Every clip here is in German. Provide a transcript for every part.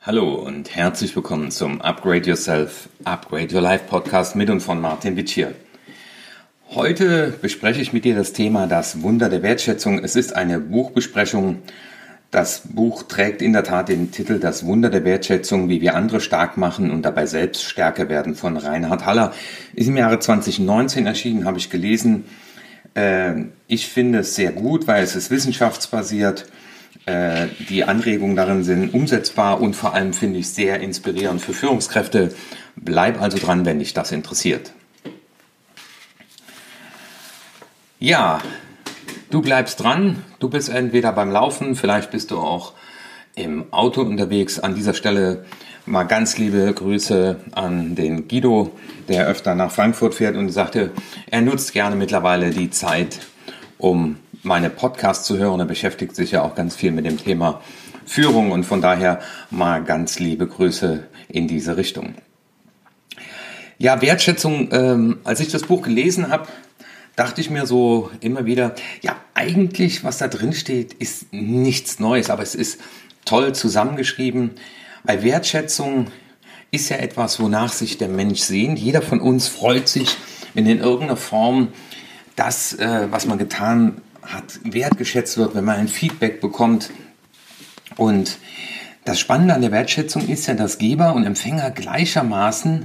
Hallo und herzlich willkommen zum Upgrade Yourself, Upgrade Your Life Podcast mit und von Martin Wittschier. Heute bespreche ich mit dir das Thema Das Wunder der Wertschätzung. Es ist eine Buchbesprechung. Das Buch trägt in der Tat den Titel Das Wunder der Wertschätzung, wie wir andere stark machen und dabei selbst stärker werden von Reinhard Haller. Ist im Jahre 2019 erschienen, habe ich gelesen. Ich finde es sehr gut, weil es ist wissenschaftsbasiert. Die Anregungen darin sind umsetzbar und vor allem finde ich sehr inspirierend für Führungskräfte. Bleib also dran, wenn dich das interessiert. Ja, du bleibst dran. Du bist entweder beim Laufen, vielleicht bist du auch im Auto unterwegs. An dieser Stelle mal ganz liebe Grüße an den Guido, der öfter nach Frankfurt fährt und sagte, er nutzt gerne mittlerweile die Zeit, um meine Podcasts zu hören. Er beschäftigt sich ja auch ganz viel mit dem Thema Führung und von daher mal ganz liebe Grüße in diese Richtung. Ja, Wertschätzung, als ich das Buch gelesen habe, dachte ich mir so immer wieder, ja, eigentlich, was da drin steht, ist nichts Neues, aber es ist toll zusammengeschrieben, weil Wertschätzung ist ja etwas, wonach sich der Mensch sehnt. Jeder von uns freut sich, wenn in irgendeiner Form das, was man getan hat, wertgeschätzt wird, wenn man ein Feedback bekommt. Und das Spannende an der Wertschätzung ist ja, dass Geber und Empfänger gleichermaßen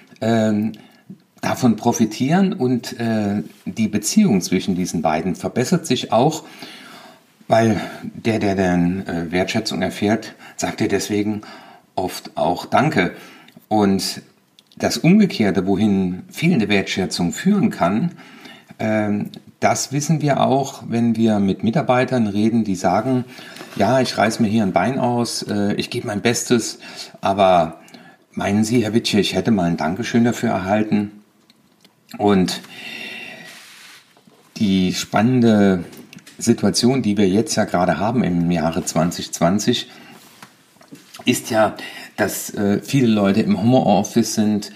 davon profitieren und die Beziehung zwischen diesen beiden verbessert sich auch, weil der dann Wertschätzung erfährt, sagt er deswegen oft auch Danke. Und das Umgekehrte, wohin fehlende Wertschätzung führen kann, das wissen wir auch, wenn wir mit Mitarbeitern reden, die sagen, ja, ich reiß mir hier ein Bein aus, ich gebe mein Bestes, aber meinen Sie, Herr Wittschier, ich hätte mal ein Dankeschön dafür erhalten? Und die spannende Situation, die wir jetzt ja gerade haben im Jahre 2020, ist ja, dass viele Leute im Homeoffice sind,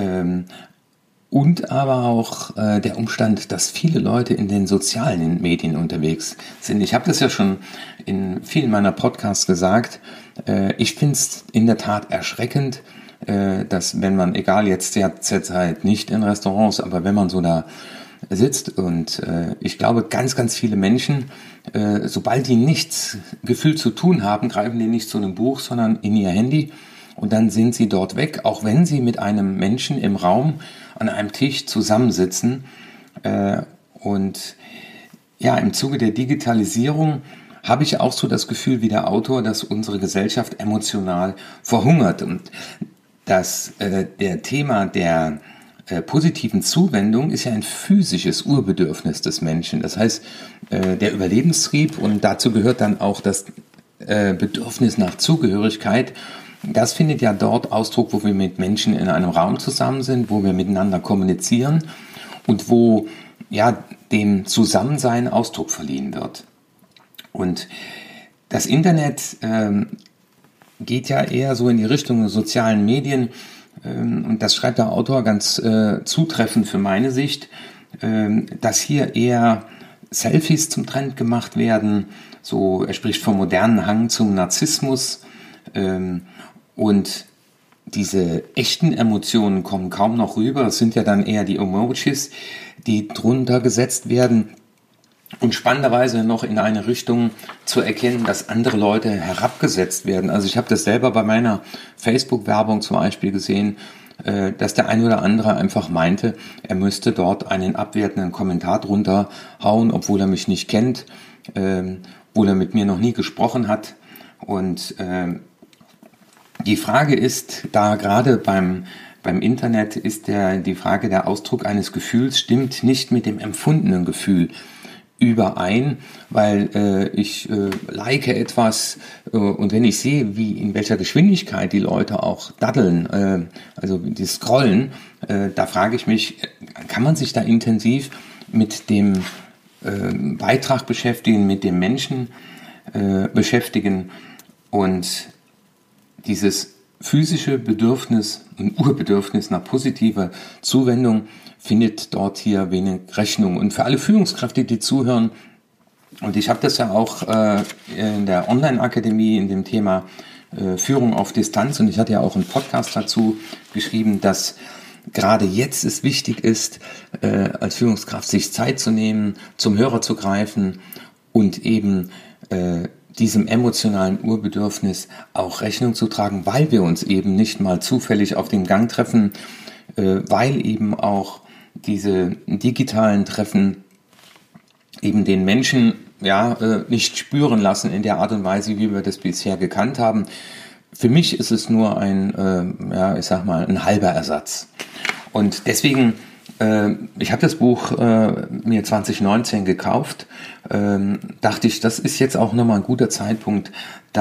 und aber auch der Umstand, dass viele Leute in den sozialen Medien unterwegs sind. Ich habe das ja schon in vielen meiner Podcasts gesagt. Ich finde es in der Tat erschreckend, dass wenn man, egal jetzt derzeit nicht in Restaurants, aber wenn man so da sitzt und ich glaube, ganz, ganz viele Menschen, sobald die nichts gefühlt zu tun haben, greifen die nicht zu einem Buch, sondern in ihr Handy. Und dann sind sie dort weg, auch wenn sie mit einem Menschen im Raum an einem Tisch zusammensitzen. Und ja, im Zuge der Digitalisierung habe ich auch so das Gefühl wie der Autor, dass unsere Gesellschaft emotional verhungert. Und der Thema der positiven Zuwendung ist ja ein physisches Urbedürfnis des Menschen. Das heißt, der Überlebenstrieb, und dazu gehört dann auch das Bedürfnis nach Zugehörigkeit. Das findet ja dort Ausdruck, wo wir mit Menschen in einem Raum zusammen sind, wo wir miteinander kommunizieren und wo ja dem Zusammensein Ausdruck verliehen wird. Und das Internet geht ja eher so in die Richtung der sozialen Medien, und das schreibt der Autor ganz zutreffend für meine Sicht, dass hier eher Selfies zum Trend gemacht werden. So, er spricht vom modernen Hang zum Narzissmus. Und diese echten Emotionen kommen kaum noch rüber. Es sind ja dann eher die Emojis, die drunter gesetzt werden. Und spannenderweise noch in eine Richtung zu erkennen, dass andere Leute herabgesetzt werden. Also ich habe das selber bei meiner Facebook-Werbung zum Beispiel gesehen, dass der ein oder andere einfach meinte, er müsste dort einen abwertenden Kommentar drunter hauen, obwohl er mich nicht kennt, obwohl er mit mir noch nie gesprochen hat. Und die Frage ist, da gerade beim Internet ist die Frage, der Ausdruck eines Gefühls stimmt nicht mit dem empfundenen Gefühl überein, weil ich like etwas und wenn ich sehe, in welcher Geschwindigkeit die Leute auch daddeln, also die scrollen, da frage ich mich, kann man sich da intensiv mit dem Beitrag beschäftigen, mit dem Menschen beschäftigen und dieses physische Bedürfnis, ein Urbedürfnis nach positiver Zuwendung findet dort hier wenig Rechnung. Und für alle Führungskräfte, die zuhören, und ich habe das ja auch in der Online-Akademie in dem Thema Führung auf Distanz, und ich hatte ja auch einen Podcast dazu geschrieben, dass gerade jetzt es wichtig ist, als Führungskraft sich Zeit zu nehmen, zum Hörer zu greifen und eben diesem emotionalen Urbedürfnis auch Rechnung zu tragen, weil wir uns eben nicht mal zufällig auf dem Gang treffen, weil eben auch diese digitalen Treffen eben den Menschen nicht spüren lassen in der Art und Weise, wie wir das bisher gekannt haben. Für mich ist es nur ein halber Ersatz. Und deswegen, ich habe das Buch mir 2019 gekauft, dachte ich, das ist jetzt auch nochmal ein guter Zeitpunkt,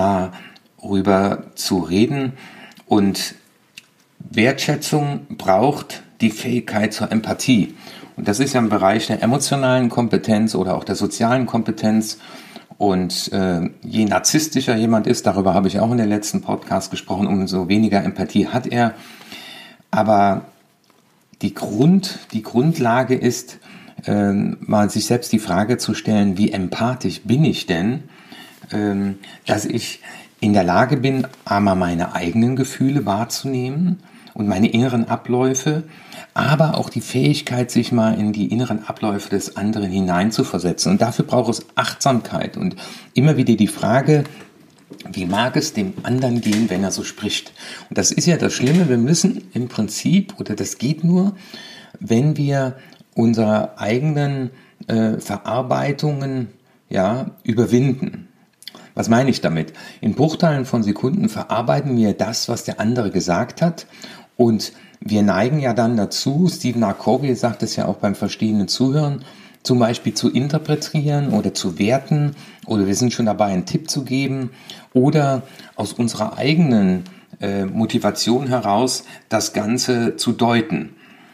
darüber zu reden. Und Wertschätzung braucht die Fähigkeit zur Empathie. Und das ist ja im Bereich der emotionalen Kompetenz oder auch der sozialen Kompetenz. Und je narzisstischer jemand ist, darüber habe ich auch in der letzten Podcast gesprochen, umso weniger Empathie hat er. Aber die Grundlage ist, mal sich selbst die Frage zu stellen, wie empathisch bin ich denn, dass ich in der Lage bin, einmal meine eigenen Gefühle wahrzunehmen und meine inneren Abläufe, aber auch die Fähigkeit, sich mal in die inneren Abläufe des anderen hineinzuversetzen. Und dafür braucht es Achtsamkeit und immer wieder die Frage, wie mag es dem anderen gehen, wenn er so spricht? Und das ist ja das Schlimme, wir müssen im Prinzip, oder das geht nur, wenn wir unsere eigenen Verarbeitungen überwinden. Was meine ich damit? In Bruchteilen von Sekunden verarbeiten wir das, was der andere gesagt hat, und wir neigen ja dann dazu, Stephen R. Covey sagt es ja auch beim verstehenden Zuhören, zum Beispiel zu interpretieren oder zu werten, oder wir sind schon dabei, einen Tipp zu geben, oder aus unserer eigenen Motivation heraus das Ganze zu deuten.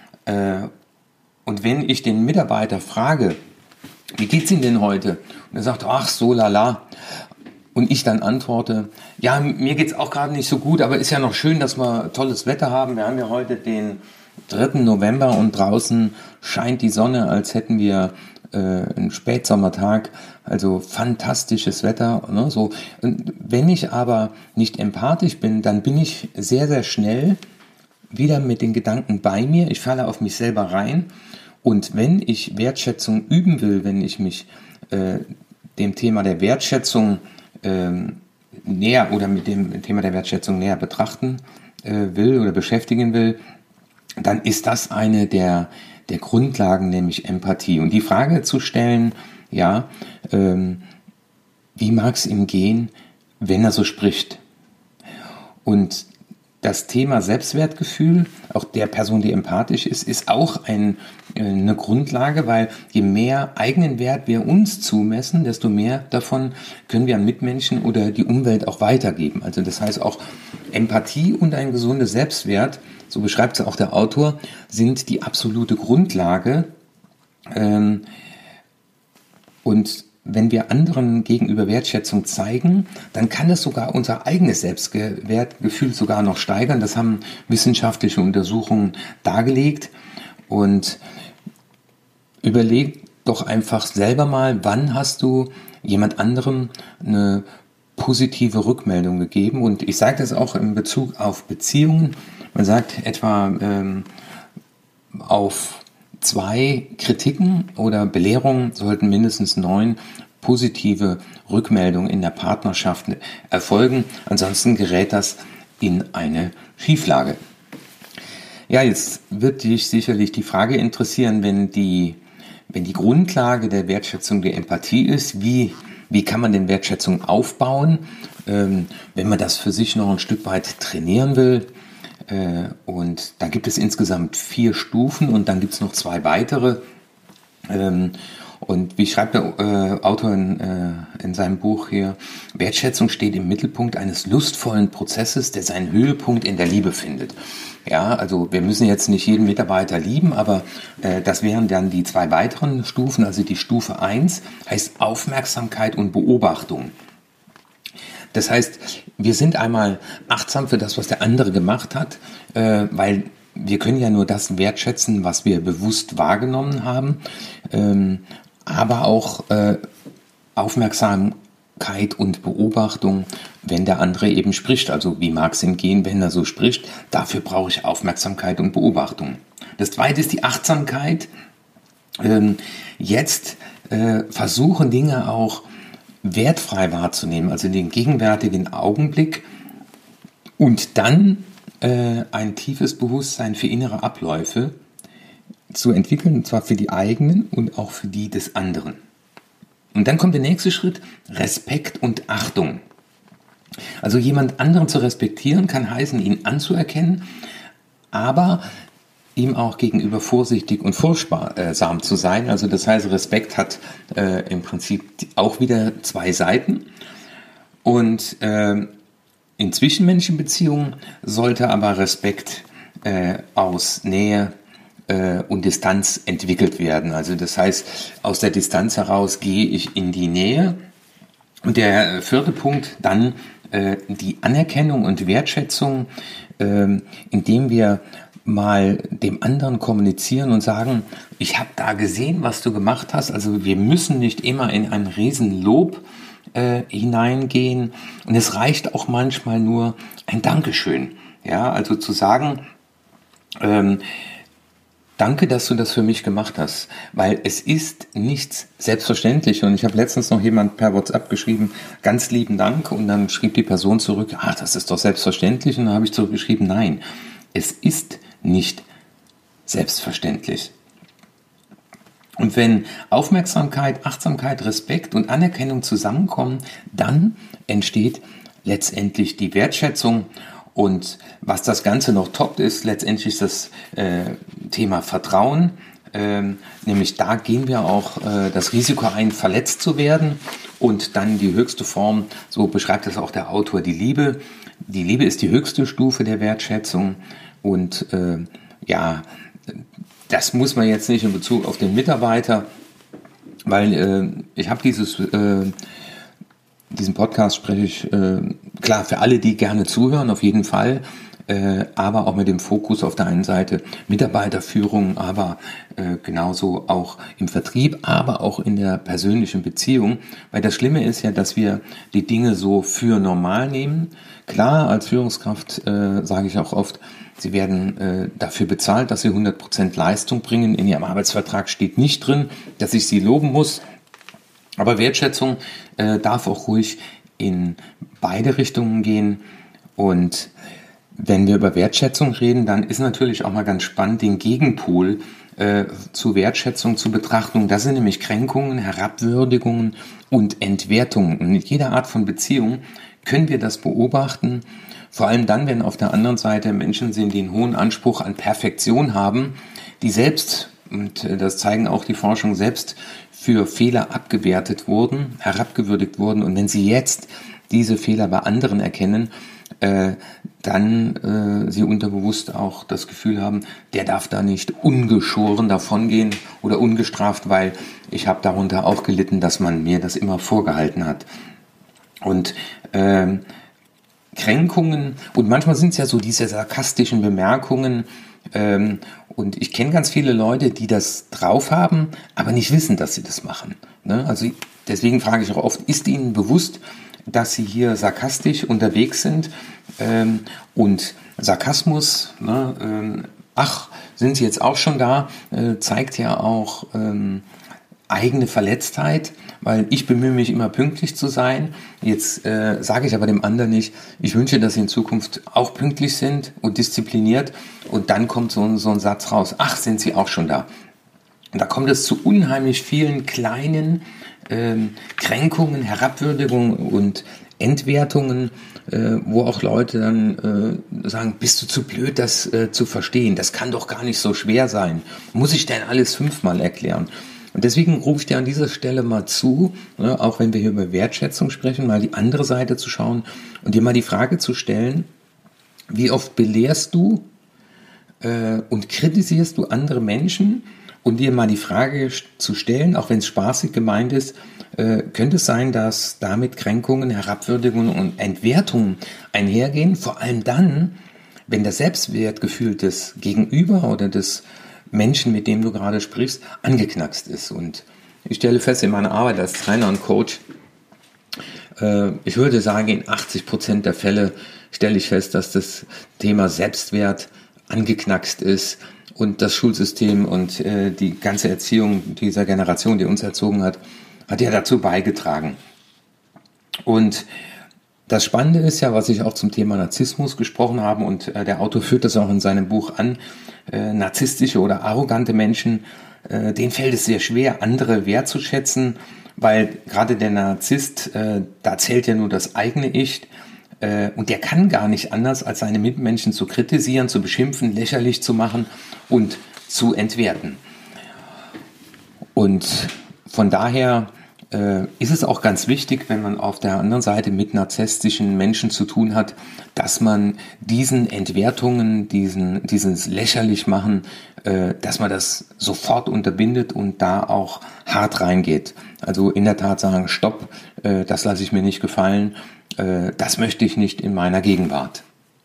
Und wenn ich den Mitarbeiter frage, wie geht's Ihnen denn heute? Und er sagt, ach so lala. Und ich dann antworte, ja, mir geht's auch gerade nicht so gut, aber ist ja noch schön, dass wir tolles Wetter haben. Wir haben ja heute den 3. November und draußen scheint die Sonne, als hätten wir einen Spätsommertag, also fantastisches Wetter. Ne, so. Und wenn ich aber nicht empathisch bin, dann bin ich sehr, sehr schnell wieder mit den Gedanken bei mir. Ich falle auf mich selber rein. Und wenn ich Wertschätzung üben will, wenn ich mich dem Thema der Wertschätzung näher oder mit dem Thema der Wertschätzung näher betrachten will oder beschäftigen will, dann ist das eine der Grundlagen, nämlich Empathie. Und die Frage zu stellen, wie mag es ihm gehen, wenn er so spricht? Und das Thema Selbstwertgefühl, auch der Person, die empathisch ist auch eine Grundlage, weil je mehr eigenen Wert wir uns zumessen, desto mehr davon können wir an Mitmenschen oder die Umwelt auch weitergeben. Also das heißt auch Empathie und ein gesunder Selbstwert, so beschreibt es auch der Autor, sind die absolute Grundlage. Und wenn wir anderen gegenüber Wertschätzung zeigen, dann kann es sogar unser eigenes Selbstwertgefühl sogar noch steigern. Das haben wissenschaftliche Untersuchungen dargelegt. Und überleg doch einfach selber mal, wann hast du jemand anderem eine positive Rückmeldung gegeben? Und ich sage das auch in Bezug auf Beziehungen. Man sagt etwa auf 2 Kritiken oder Belehrungen sollten mindestens 9 positive Rückmeldungen in der Partnerschaft erfolgen. Ansonsten gerät das in eine Schieflage. Ja, jetzt wird dich sicherlich die Frage interessieren, wenn die Grundlage der Wertschätzung die Empathie ist, wie kann man denn Wertschätzung aufbauen, wenn man das für sich noch ein Stück weit trainieren will. Und da gibt es insgesamt 4 Stufen und dann gibt es noch 2 weitere. Und wie schreibt der Autor in seinem Buch hier, Wertschätzung steht im Mittelpunkt eines lustvollen Prozesses, der seinen Höhepunkt in der Liebe findet. Ja, also wir müssen jetzt nicht jeden Mitarbeiter lieben, aber das wären dann die 2 weiteren Stufen. Also die Stufe 1 heißt Aufmerksamkeit und Beobachtung. Das heißt, wir sind einmal achtsam für das, was der andere gemacht hat, weil wir können ja nur das wertschätzen, was wir bewusst wahrgenommen haben, aber auch aufmerksam und Beobachtung, wenn der andere eben spricht. Also wie mag es ihm gehen, wenn er so spricht? Dafür brauche ich Aufmerksamkeit und Beobachtung. Das zweite ist die Achtsamkeit. Jetzt versuchen Dinge auch wertfrei wahrzunehmen, also den gegenwärtigen Augenblick und dann ein tiefes Bewusstsein für innere Abläufe zu entwickeln, und zwar für die eigenen und auch für die des anderen. Und dann kommt der nächste Schritt, Respekt und Achtung. Also jemand anderen zu respektieren kann heißen, ihn anzuerkennen, aber ihm auch gegenüber vorsichtig und furchtsam zu sein. Also das heißt, Respekt hat im Prinzip auch wieder zwei Seiten. Und in zwischenmenschlichen Beziehungen sollte aber Respekt aus Nähe und Distanz entwickelt werden. Also das heißt, aus der Distanz heraus gehe ich in die Nähe. Und der vierte Punkt dann die Anerkennung und Wertschätzung, indem wir mal dem anderen kommunizieren und sagen, ich habe da gesehen, was du gemacht hast. Also wir müssen nicht immer in ein Riesenlob hineingehen. Und es reicht auch manchmal nur ein Dankeschön. Ja, also zu sagen, danke, dass du das für mich gemacht hast, weil es ist nichts selbstverständlich. Und ich habe letztens noch jemand per WhatsApp geschrieben, ganz lieben Dank. Und dann schrieb die Person zurück, ach, das ist doch selbstverständlich. Und dann habe ich zurückgeschrieben, nein, es ist nicht selbstverständlich. Und wenn Aufmerksamkeit, Achtsamkeit, Respekt und Anerkennung zusammenkommen, dann entsteht letztendlich die Wertschätzung. Und was das Ganze noch toppt, ist letztendlich das Thema Vertrauen. Nämlich da gehen wir auch das Risiko ein, verletzt zu werden. Und dann die höchste Form, so beschreibt es auch der Autor, die Liebe. Die Liebe ist die höchste Stufe der Wertschätzung. Und das muss man jetzt nicht in Bezug auf den Mitarbeiter, weil ich habe diesen Podcast spreche ich, klar, für alle, die gerne zuhören, auf jeden Fall, aber auch mit dem Fokus auf der einen Seite Mitarbeiterführung, aber genauso auch im Vertrieb, aber auch in der persönlichen Beziehung, weil das Schlimme ist ja, dass wir die Dinge so für normal nehmen. Klar, als Führungskraft sage ich auch oft, Sie werden dafür bezahlt, dass Sie 100% Leistung bringen. In Ihrem Arbeitsvertrag steht nicht drin, dass ich Sie loben muss. Aber Wertschätzung darf auch ruhig in beide Richtungen gehen. Und wenn wir über Wertschätzung reden, dann ist natürlich auch mal ganz spannend, den Gegenpol zu Wertschätzung zu betrachten. Das sind nämlich Kränkungen, Herabwürdigungen und Entwertungen. Und in jeder Art von Beziehung können wir das beobachten. Vor allem dann, wenn auf der anderen Seite Menschen sind, die einen hohen Anspruch an Perfektion haben, die selbst, und das zeigen auch die Forschung, selbst für Fehler abgewertet wurden, herabgewürdigt wurden. Und wenn sie jetzt diese Fehler bei anderen erkennen, dann sie unterbewusst auch das Gefühl haben, der darf da nicht ungeschoren davongehen oder ungestraft, weil ich habe darunter auch gelitten, dass man mir das immer vorgehalten hat. Und Kränkungen, und manchmal sind es ja so diese sarkastischen Bemerkungen, und ich kenne ganz viele Leute, die das drauf haben, aber nicht wissen, dass sie das machen. Ne? Also deswegen frage ich auch oft, ist Ihnen bewusst, dass Sie hier sarkastisch unterwegs sind? Und Sarkasmus, ne, sind Sie jetzt auch schon da, zeigt ja auch eigene Verletztheit, weil ich bemühe mich immer pünktlich zu sein. Jetzt sage ich aber dem anderen nicht, ich wünsche, dass Sie in Zukunft auch pünktlich sind und diszipliniert, und dann kommt so ein Satz raus, ach, sind Sie auch schon da. Und da kommt es zu unheimlich vielen kleinen Kränkungen, Herabwürdigungen und Entwertungen, wo auch Leute dann sagen, bist du zu blöd, das zu verstehen? Das kann doch gar nicht so schwer sein. Muss ich denn alles 5-mal erklären? Und deswegen rufe ich dir an dieser Stelle mal zu, ne, auch wenn wir hier über Wertschätzung sprechen, mal die andere Seite zu schauen und dir mal die Frage zu stellen, wie oft belehrst du und kritisierst du andere Menschen, und dir mal die Frage zu stellen, auch wenn es spaßig gemeint ist, könnte es sein, dass damit Kränkungen, Herabwürdigungen und Entwertungen einhergehen, vor allem dann, wenn das Selbstwertgefühl des Gegenüber oder des Menschen, mit dem du gerade sprichst, angeknackst ist. Und ich stelle fest in meiner Arbeit als Trainer und Coach, Ich würde sagen, in 80% der Fälle stelle ich fest, dass das Thema Selbstwert angeknackst ist und das Schulsystem und die ganze Erziehung dieser Generation, die uns erzogen hat, hat ja dazu beigetragen. Und das Spannende ist ja, was ich auch zum Thema Narzissmus gesprochen habe, und der Autor führt das auch in seinem Buch an, narzisstische oder arrogante Menschen, denen fällt es sehr schwer, andere wertzuschätzen, weil gerade der Narzisst, da zählt ja nur das eigene Ich, und der kann gar nicht anders, als seine Mitmenschen zu kritisieren, zu beschimpfen, lächerlich zu machen und zu entwerten. Und von daher ist es auch ganz wichtig, wenn man auf der anderen Seite mit narzisstischen Menschen zu tun hat, dass man diesen Entwertungen, dieses Lächerlichmachen, dass man das sofort unterbindet und da auch hart reingeht. Also in der Tat sagen, stopp, das lasse ich mir nicht gefallen, das möchte ich nicht in meiner Gegenwart.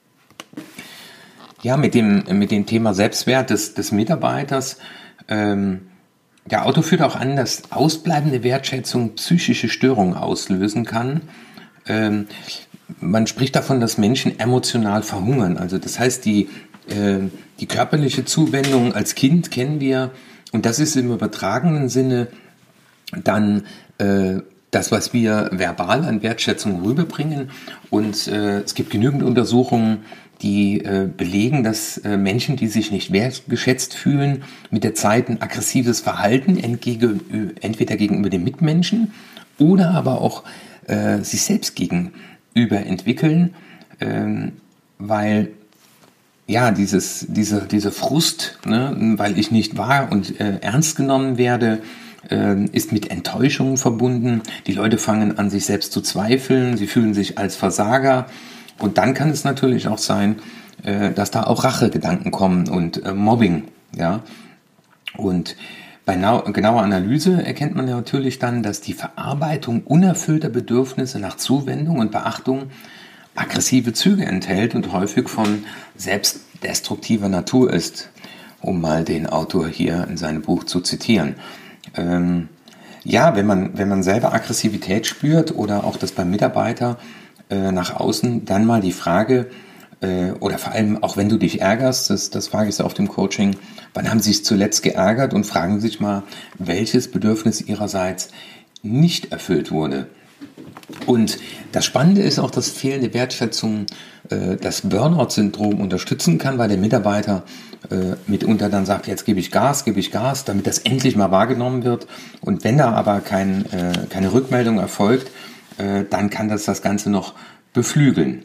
Ja, mit dem Thema Selbstwert des Mitarbeiters, der Autor führt auch an, dass ausbleibende Wertschätzung psychische Störungen auslösen kann. Man spricht davon, dass Menschen emotional verhungern. Also das heißt, die körperliche Zuwendung als Kind kennen wir, und das ist im übertragenen Sinne dann das, was wir verbal an Wertschätzung rüberbringen. Und es gibt genügend Untersuchungen, die belegen, dass Menschen, die sich nicht wertgeschätzt fühlen, mit der Zeit ein aggressives Verhalten entweder gegenüber den Mitmenschen oder aber auch sich selbst gegenüber entwickeln, weil ja dieser Frust, ne, weil ich nicht wahr und ernst genommen werde, ist mit Enttäuschungen verbunden. Die Leute fangen an, sich selbst zu zweifeln, sie fühlen sich als Versager. Und dann kann es natürlich auch sein, dass da auch Rachegedanken kommen und Mobbing. Ja? Und bei genauer Analyse erkennt man ja natürlich dann, dass die Verarbeitung unerfüllter Bedürfnisse nach Zuwendung und Beachtung aggressive Züge enthält und häufig von selbstdestruktiver Natur ist, um mal den Autor hier in seinem Buch zu zitieren. Ja, wenn man selber Aggressivität spürt oder auch das beim Mitarbeiter nach außen, dann mal die Frage, oder vor allem auch wenn du dich ärgerst, das frage ich so auf dem Coaching, wann haben Sie sich zuletzt geärgert, und fragen sich mal, welches Bedürfnis Ihrerseits nicht erfüllt wurde. Und das Spannende ist auch, dass fehlende Wertschätzung das Burnout-Syndrom unterstützen kann, weil der Mitarbeiter mitunter dann sagt, jetzt gebe ich Gas, damit das endlich mal wahrgenommen wird. Und wenn da aber keine Rückmeldung erfolgt, dann kann das Ganze noch beflügeln.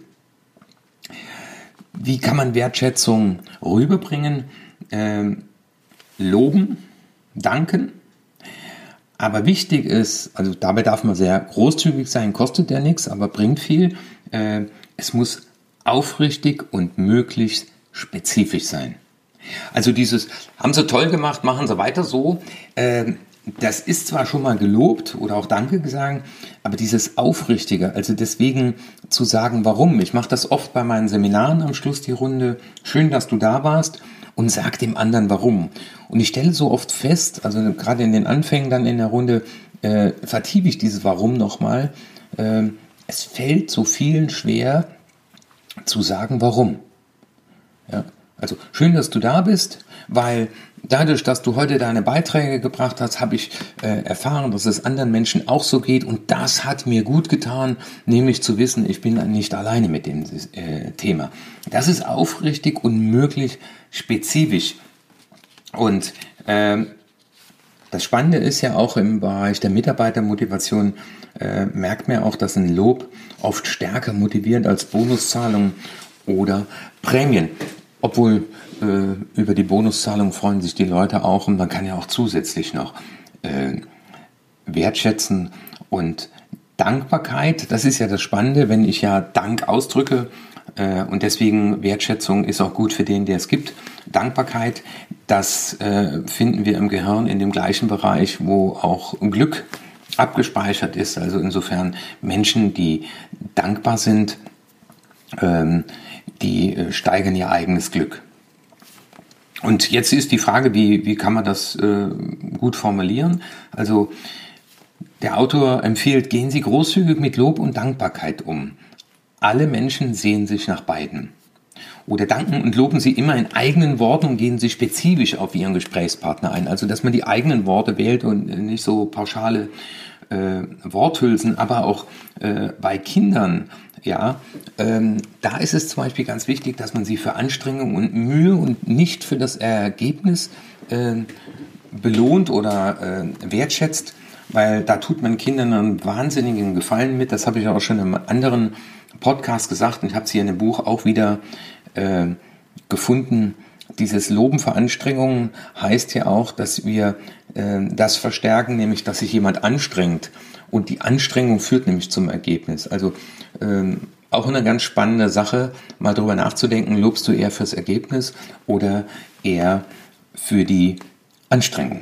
Wie kann man Wertschätzung rüberbringen? Loben, danken. Aber wichtig ist, also dabei darf man sehr großzügig sein, kostet ja nichts, aber bringt viel. Es muss aufrichtig und möglichst spezifisch sein. Also dieses, haben Sie toll gemacht, machen Sie weiter so. Das ist zwar schon mal gelobt oder auch Danke gesagt, aber dieses Aufrichtige, also deswegen zu sagen, warum. Ich mache das oft bei meinen Seminaren am Schluss die Runde, schön, dass du da warst, und sag dem anderen warum. Und ich stelle so oft fest, also gerade in den Anfängen dann in der Runde, vertiefe ich dieses Warum nochmal. Es fällt so vielen schwer zu sagen, warum. Ja? Also schön, dass du da bist, weil dadurch, dass du heute deine Beiträge gebracht hast, habe ich erfahren, dass es anderen Menschen auch so geht, und das hat mir gut getan, nämlich zu wissen, ich bin nicht alleine mit dem Thema. Das ist aufrichtig und möglichst spezifisch. Und das Spannende ist ja auch im Bereich der Mitarbeitermotivation, merkt man auch, dass ein Lob oft stärker motiviert als Bonuszahlungen oder Prämien. Obwohl über die Bonuszahlung freuen sich die Leute auch, und man kann ja auch zusätzlich noch wertschätzen und Dankbarkeit. Das ist ja das Spannende, wenn ich ja Dank ausdrücke, und deswegen Wertschätzung ist auch gut für den, der es gibt. Dankbarkeit, das finden wir im Gehirn in dem gleichen Bereich, wo auch Glück abgespeichert ist. Also insofern Menschen, die dankbar sind, die steigern ihr eigenes Glück. Und jetzt ist die Frage, wie kann man das gut formulieren? Also Der Autor empfiehlt, gehen Sie großzügig mit Lob und Dankbarkeit um. Alle Menschen sehen sich nach beiden. Oder danken und loben Sie immer in eigenen Worten und gehen Sie spezifisch auf Ihren Gesprächspartner ein. Also, dass man die eigenen Worte wählt und nicht so pauschale Worthülsen, aber auch bei Kindern, ja, da ist es zum Beispiel ganz wichtig, dass man sie für Anstrengung und Mühe und nicht für das Ergebnis belohnt oder wertschätzt, weil da tut man Kindern einen wahnsinnigen Gefallen mit. Das habe ich auch schon in einem anderen Podcast gesagt und ich habe es hier in dem Buch auch wieder gefunden. Dieses Loben für Anstrengungen heißt ja auch, dass wir das verstärken, nämlich dass sich jemand anstrengt und die Anstrengung führt nämlich zum Ergebnis. Also auch eine ganz spannende Sache, mal darüber nachzudenken, lobst du eher fürs Ergebnis oder eher für die Anstrengung.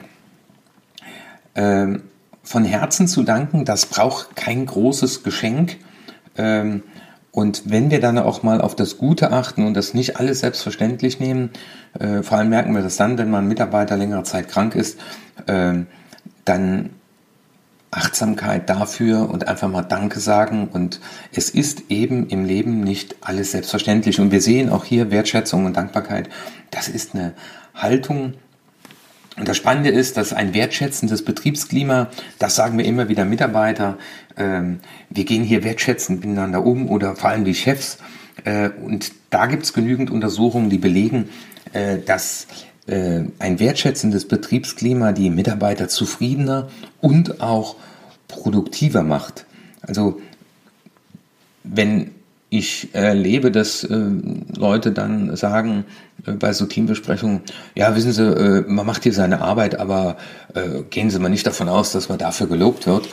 Von Herzen zu danken, das braucht kein großes Geschenk. Und wenn wir dann auch mal auf das Gute achten und das nicht alles selbstverständlich nehmen, vor allem merken wir das dann, wenn mal ein Mitarbeiter längere Zeit krank ist, dann Achtsamkeit dafür und einfach mal Danke sagen. Und es ist eben im Leben nicht alles selbstverständlich. Und wir sehen auch hier Wertschätzung und Dankbarkeit. Das ist eine Haltung. Und das Spannende ist, dass ein wertschätzendes Betriebsklima, das sagen wir immer wieder Mitarbeiter, wir gehen hier wertschätzend miteinander um oder vor allem die Chefs. Und da gibt es genügend Untersuchungen, die belegen, dass ein wertschätzendes Betriebsklima die Mitarbeiter zufriedener und auch produktiver macht. Also wenn ich erlebe, dass Leute dann sagen bei so Teambesprechungen, ja, wissen Sie, man macht hier seine Arbeit, aber gehen Sie mal nicht davon aus, dass man dafür gelobt wird,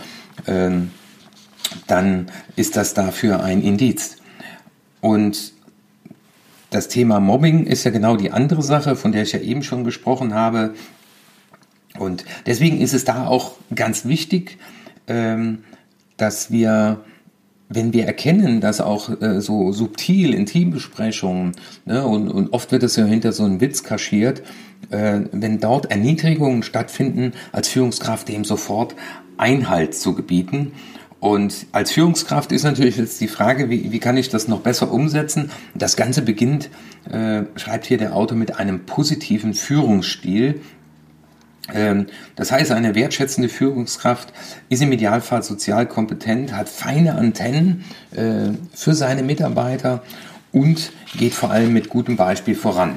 dann ist das dafür ein Indiz. Und das Thema Mobbing ist ja genau die andere Sache, von der ich ja eben schon gesprochen habe. Und deswegen ist es da auch ganz wichtig, dass wir, wenn wir erkennen, dass auch so subtil in Teambesprechungen, ne, und oft wird es ja hinter so einem Witz kaschiert, wenn dort Erniedrigungen stattfinden, als Führungskraft dem sofort Einhalt zu gebieten. Und als Führungskraft ist natürlich jetzt die Frage, wie kann ich das noch besser umsetzen? Das Ganze beginnt, schreibt hier der Autor, mit einem positiven Führungsstil. Das heißt, eine wertschätzende Führungskraft ist im Idealfall sozial kompetent, hat feine Antennen für seine Mitarbeiter und geht vor allem mit gutem Beispiel voran.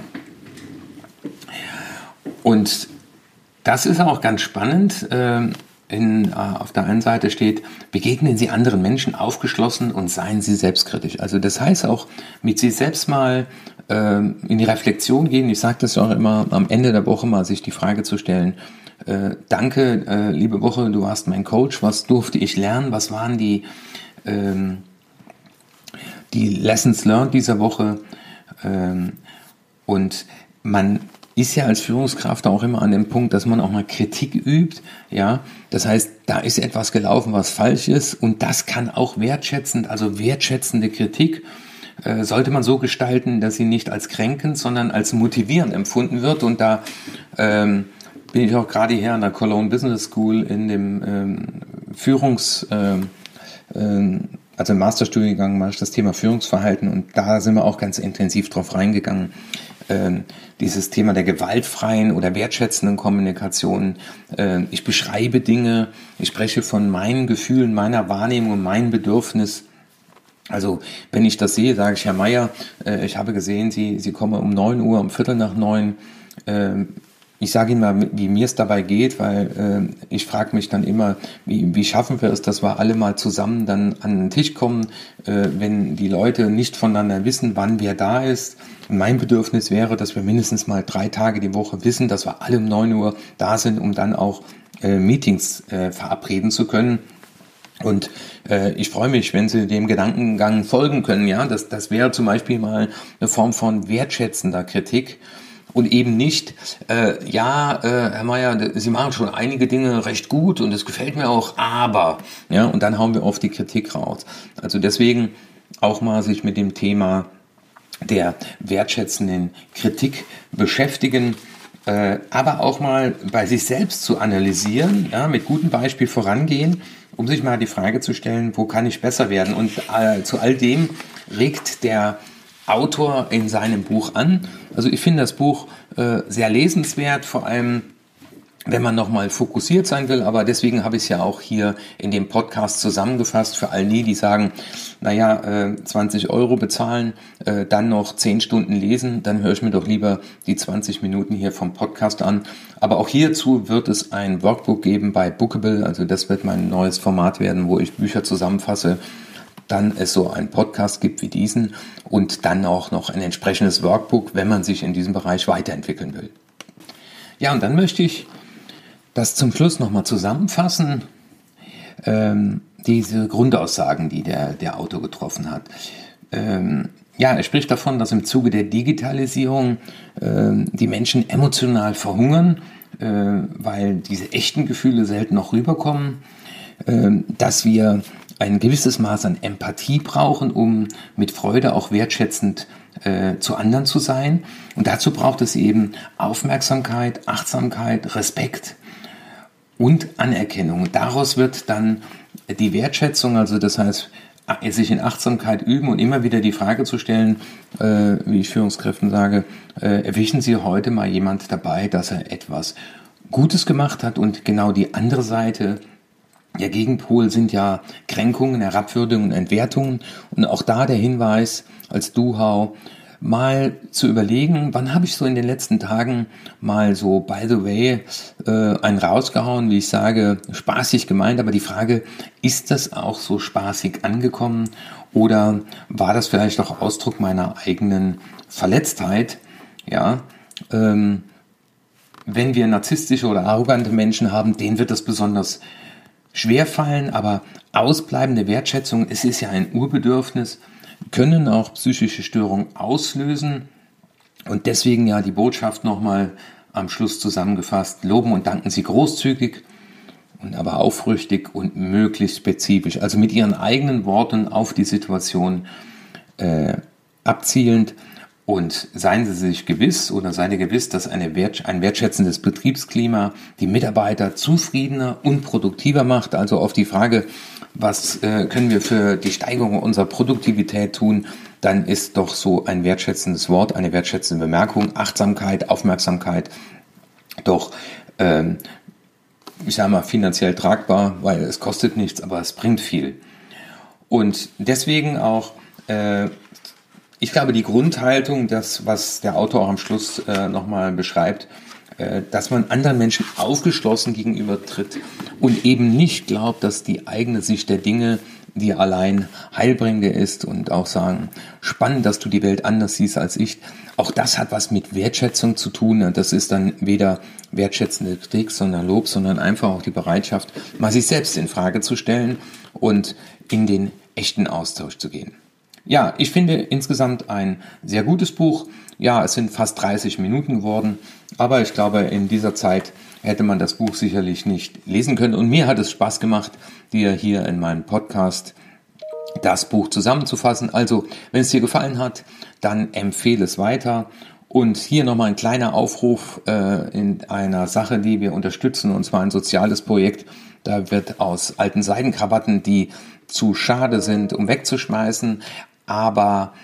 Und das ist auch ganz spannend. Auf der einen Seite steht, begegnen Sie anderen Menschen aufgeschlossen und seien Sie selbstkritisch. Also das heißt auch, mit sich selbst mal in die Reflexion gehen. Ich sage das auch immer, am Ende der Woche mal sich die Frage zu stellen, danke, liebe Woche, du warst mein Coach, was durfte ich lernen, was waren die Lessons learned dieser Woche, und man ist ja als Führungskraft auch immer an dem Punkt, dass man auch mal Kritik übt, ja. Das heißt, da ist etwas gelaufen, was falsch ist, und das kann auch wertschätzend, also wertschätzende Kritik sollte man so gestalten, dass sie nicht als kränkend, sondern als motivierend empfunden wird. Und da bin ich auch gerade hier an der Cologne Business School in dem also im Masterstudiengang mache ich das Thema Führungsverhalten, und da sind wir auch ganz intensiv drauf reingegangen. Dieses Thema der gewaltfreien oder wertschätzenden Kommunikation. Ich beschreibe Dinge, ich spreche von meinen Gefühlen, meiner Wahrnehmung und meinem Bedürfnis. Also wenn ich das sehe, sage ich, Herr Meier, ich habe gesehen, Sie kommen um 9 Uhr, um 8:45. Ich sage Ihnen mal, wie mir es dabei geht, weil ich frage mich dann immer, wie schaffen wir es, dass wir alle mal zusammen dann an den Tisch kommen, wenn die Leute nicht voneinander wissen, wann wer da ist. Und mein Bedürfnis wäre, dass wir mindestens mal 3 Tage die Woche wissen, dass wir alle um 9 Uhr da sind, um dann auch Meetings verabreden zu können. Und ich freue mich, wenn Sie dem Gedankengang folgen können. Ja, das wäre zum Beispiel mal eine Form von wertschätzender Kritik. Und eben nicht, Herr Meier, Sie machen schon einige Dinge recht gut und es gefällt mir auch, aber, ja, und dann hauen wir oft die Kritik raus. Also deswegen auch mal sich mit dem Thema der wertschätzenden Kritik beschäftigen. aber auch mal bei sich selbst zu analysieren, ja, mit gutem Beispiel vorangehen, um sich mal die Frage zu stellen, wo kann ich besser werden? Und zu all dem regt der Autor in seinem Buch an. Also ich finde das Buch sehr lesenswert, vor allem wenn man nochmal fokussiert sein will, aber deswegen habe ich es ja auch hier in dem Podcast zusammengefasst für all die sagen, 20 Euro bezahlen, dann noch 10 Stunden lesen, dann höre ich mir doch lieber die 20 Minuten hier vom Podcast an. Aber auch hierzu wird es ein Workbook geben bei Bookable, also das wird mein neues Format werden, wo ich Bücher zusammenfasse, dann es so einen Podcast gibt wie diesen und dann auch noch ein entsprechendes Workbook, wenn man sich in diesem Bereich weiterentwickeln will. Ja, und dann möchte ich das zum Schluss nochmal zusammenfassen, diese Grundaussagen, die der Autor getroffen hat. Er spricht davon, dass im Zuge der Digitalisierung die Menschen emotional verhungern, weil diese echten Gefühle selten noch rüberkommen, dass wir ein gewisses Maß an Empathie brauchen, um mit Freude auch wertschätzend zu anderen zu sein. Und dazu braucht es eben Aufmerksamkeit, Achtsamkeit, Respekt und Anerkennung. Daraus wird dann die Wertschätzung, also das heißt, sich in Achtsamkeit üben und immer wieder die Frage zu stellen, wie ich Führungskräften sage, erwischen Sie heute mal jemand dabei, dass er etwas Gutes gemacht hat, und genau die andere Seite, der Gegenpol, sind ja Kränkungen, Herabwürdigungen, Entwertungen, und auch da der Hinweis als Duhau, mal zu überlegen, wann habe ich so in den letzten Tagen mal so, by the way, einen rausgehauen, wie ich sage, spaßig gemeint, aber die Frage, ist das auch so spaßig angekommen oder war das vielleicht auch Ausdruck meiner eigenen Verletztheit? Ja, wenn wir narzisstische oder arrogante Menschen haben, denen wird das besonders schwer fallen, aber ausbleibende Wertschätzung, es ist ja ein Urbedürfnis, können auch psychische Störungen auslösen, und deswegen ja die Botschaft nochmal am Schluss zusammengefasst: Loben und danken Sie großzügig und aber aufrichtig und möglichst spezifisch, also mit Ihren eigenen Worten auf die Situation abzielend, und seien Sie sich gewiss oder seien Sie gewiss, dass ein wertschätzendes Betriebsklima die Mitarbeiter zufriedener und produktiver macht. Also auf die Frage, was können wir für die Steigerung unserer Produktivität tun, dann ist doch so ein wertschätzendes Wort, eine wertschätzende Bemerkung, Achtsamkeit, Aufmerksamkeit doch, ich sage mal, finanziell tragbar, weil es kostet nichts, aber es bringt viel. Und deswegen auch, ich glaube, die Grundhaltung, das, was der Autor auch am Schluss nochmal beschreibt, dass man anderen Menschen aufgeschlossen gegenübertritt und eben nicht glaubt, dass die eigene Sicht der Dinge die allein heilbringende ist, und auch sagen, spannend, dass du die Welt anders siehst als ich. Auch das hat was mit Wertschätzung zu tun. Das ist dann weder wertschätzende Kritik, sondern Lob, sondern einfach auch die Bereitschaft, mal sich selbst in Frage zu stellen und in den echten Austausch zu gehen. Ja, ich finde insgesamt ein sehr gutes Buch. Ja, es sind fast 30 Minuten geworden, aber ich glaube, in dieser Zeit hätte man das Buch sicherlich nicht lesen können. Und mir hat es Spaß gemacht, dir hier in meinem Podcast das Buch zusammenzufassen. Also, wenn es dir gefallen hat, dann empfehle es weiter. Und hier nochmal ein kleiner Aufruf in einer Sache, die wir unterstützen, und zwar ein soziales Projekt. Da wird aus alten Seidenkrawatten, die zu schade sind, um wegzuschmeißen, aber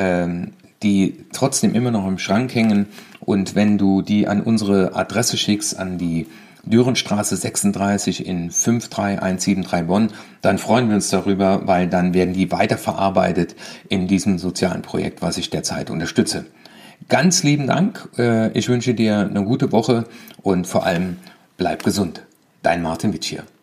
die trotzdem immer noch im Schrank hängen, und wenn du die an unsere Adresse schickst, an die Dürenstraße 36 in 53173 Bonn, dann freuen wir uns darüber, weil dann werden die weiterverarbeitet in diesem sozialen Projekt, was ich derzeit unterstütze. Ganz lieben Dank, ich wünsche dir eine gute Woche und vor allem bleib gesund. Dein Martin Witsch hier.